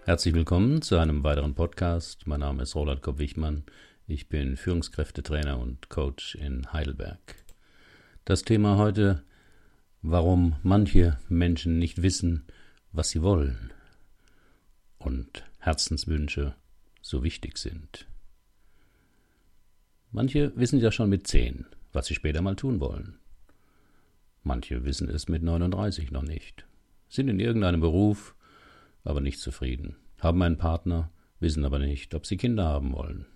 Herzlich willkommen zu einem weiteren Podcast. Mein Name ist Roland Kopp-Wichmann. Ich bin Führungskräftetrainer und Coach in Heidelberg. Das Thema heute: warum manche Menschen nicht wissen, was sie wollen und Herzenswünsche so wichtig sind. Manche wissen ja schon mit 10, was sie später mal tun wollen. Manche wissen es mit 39 noch nicht, sind in irgendeinem Beruf, aber nicht zufrieden, haben einen Partner, wissen aber nicht, ob sie Kinder haben wollen.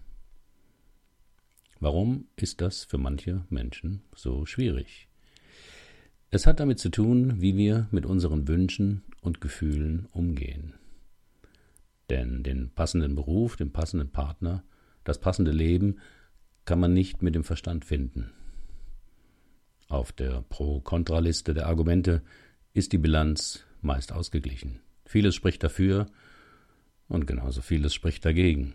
Warum ist das für manche Menschen so schwierig? Es hat damit zu tun, wie wir mit unseren Wünschen und Gefühlen umgehen. Denn den passenden Beruf, den passenden Partner, das passende Leben kann man nicht mit dem Verstand finden. Auf der Pro-Kontra-Liste der Argumente ist die Bilanz meist ausgeglichen. Vieles spricht dafür und genauso vieles spricht dagegen.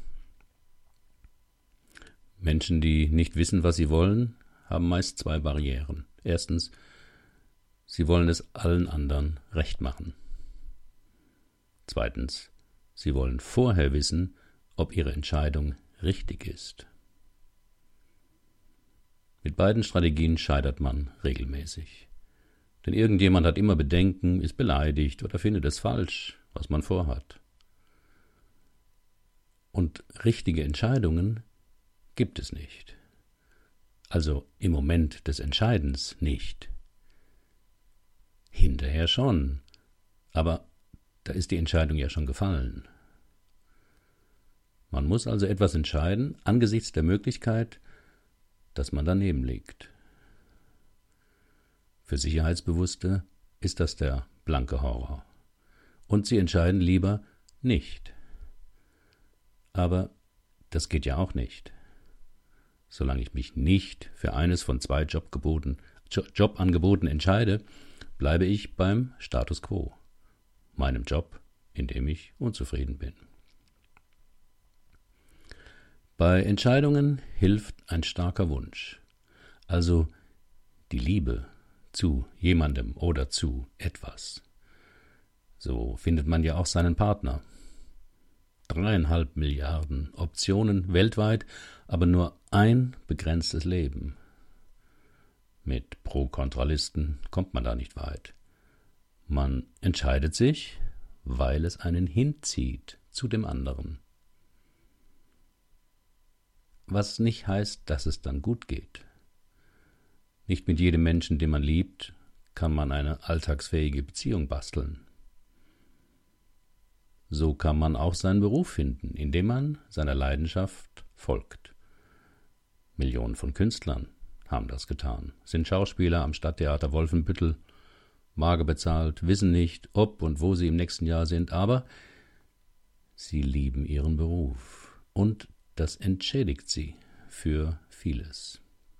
Menschen, die nicht wissen, was sie wollen, haben meist zwei Barrieren. Erstens, sie wollen es allen anderen recht machen. Zweitens, sie wollen vorher wissen, ob ihre Entscheidung richtig ist. Mit beiden Strategien scheitert man regelmäßig. Denn irgendjemand hat immer Bedenken, ist beleidigt oder findet es falsch, was man vorhat. Und richtige Entscheidungen gibt es nicht. Also im Moment des Entscheidens nicht. Hinterher schon, aber da ist die Entscheidung ja schon gefallen. Man muss also etwas entscheiden angesichts der Möglichkeit, dass man daneben liegt. Für Sicherheitsbewusste ist das der blanke Horror. Und sie entscheiden lieber nicht. Aber das geht ja auch nicht. Solange ich mich nicht für eines von zwei Jobangeboten entscheide, bleibe ich beim Status quo, meinem Job, in dem ich unzufrieden bin. Bei Entscheidungen hilft ein starker Wunsch, also die Liebe zu jemandem oder zu etwas. So findet man ja auch seinen Partner. 3,5 Milliarden Optionen weltweit, aber nur ein begrenztes Leben. Mit Pro-Kontra-Listen kommt man da nicht weit. Man entscheidet sich, weil es einen hinzieht zu dem anderen. Was nicht heißt, dass es dann gut geht. Nicht mit jedem Menschen, den man liebt, kann man eine alltagsfähige Beziehung basteln. So kann man auch seinen Beruf finden, indem man seiner Leidenschaft folgt. Millionen von Künstlern haben das getan, sind Schauspieler am Stadttheater Wolfenbüttel, mager bezahlt, wissen nicht, ob und wo sie im nächsten Jahr sind, aber sie lieben ihren Beruf und das entschädigt sie für vieles.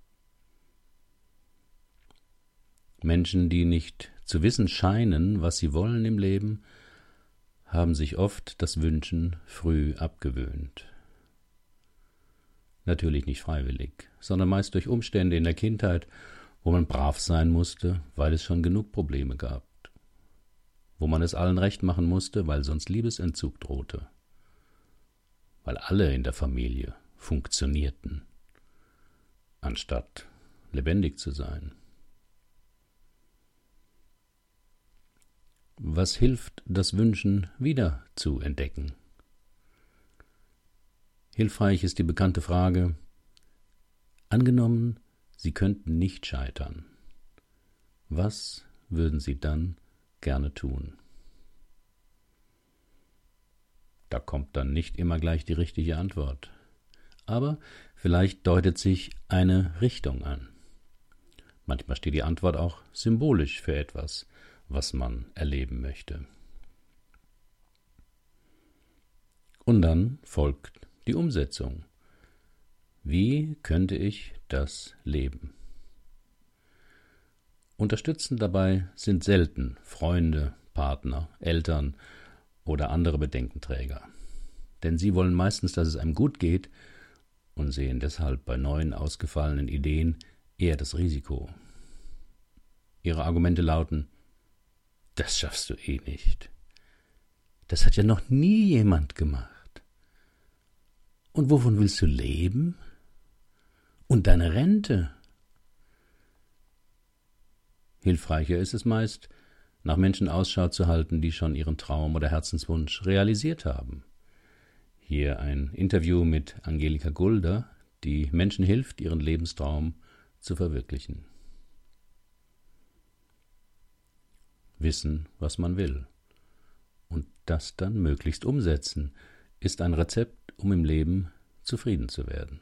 Menschen, die nicht zu wissen scheinen, was sie wollen im Leben, haben sich oft das Wünschen früh abgewöhnt. Natürlich nicht freiwillig, sondern meist durch Umstände in der Kindheit, wo man brav sein musste, weil es schon genug Probleme gab, wo man es allen recht machen musste, weil sonst Liebesentzug drohte, weil alle in der Familie funktionierten, anstatt lebendig zu sein. Was hilft, das Wünschen wieder zu entdecken? Hilfreich ist die bekannte Frage: Angenommen, Sie könnten nicht scheitern. Was würden Sie dann gerne tun? Da kommt dann nicht immer gleich die richtige Antwort. Aber vielleicht deutet sich eine Richtung an. Manchmal steht die Antwort auch symbolisch für etwas, was man erleben möchte. Und dann folgt die Umsetzung. Wie könnte ich das leben? Unterstützend dabei sind selten Freunde, Partner, Eltern oder andere Bedenkenträger. Denn sie wollen meistens, dass es einem gut geht und sehen deshalb bei neuen ausgefallenen Ideen eher das Risiko. Ihre Argumente lauten: Das schaffst du eh nicht. Das hat ja noch nie jemand gemacht. Und wovon willst du leben? Und deine Rente? Hilfreicher ist es meist, nach Menschen Ausschau zu halten, die schon ihren Traum oder Herzenswunsch realisiert haben. Hier ein Interview mit Angelika Gulder, die Menschen hilft, ihren Lebenstraum zu verwirklichen. Wissen, was man will. Und das dann möglichst umsetzen, ist ein Rezept, um im Leben zufrieden zu werden.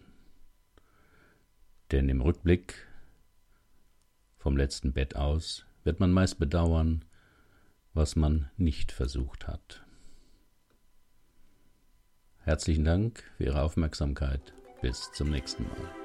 Denn im Rückblick vom letzten Bett aus wird man meist bedauern, was man nicht versucht hat. Herzlichen Dank für Ihre Aufmerksamkeit. Bis zum nächsten Mal.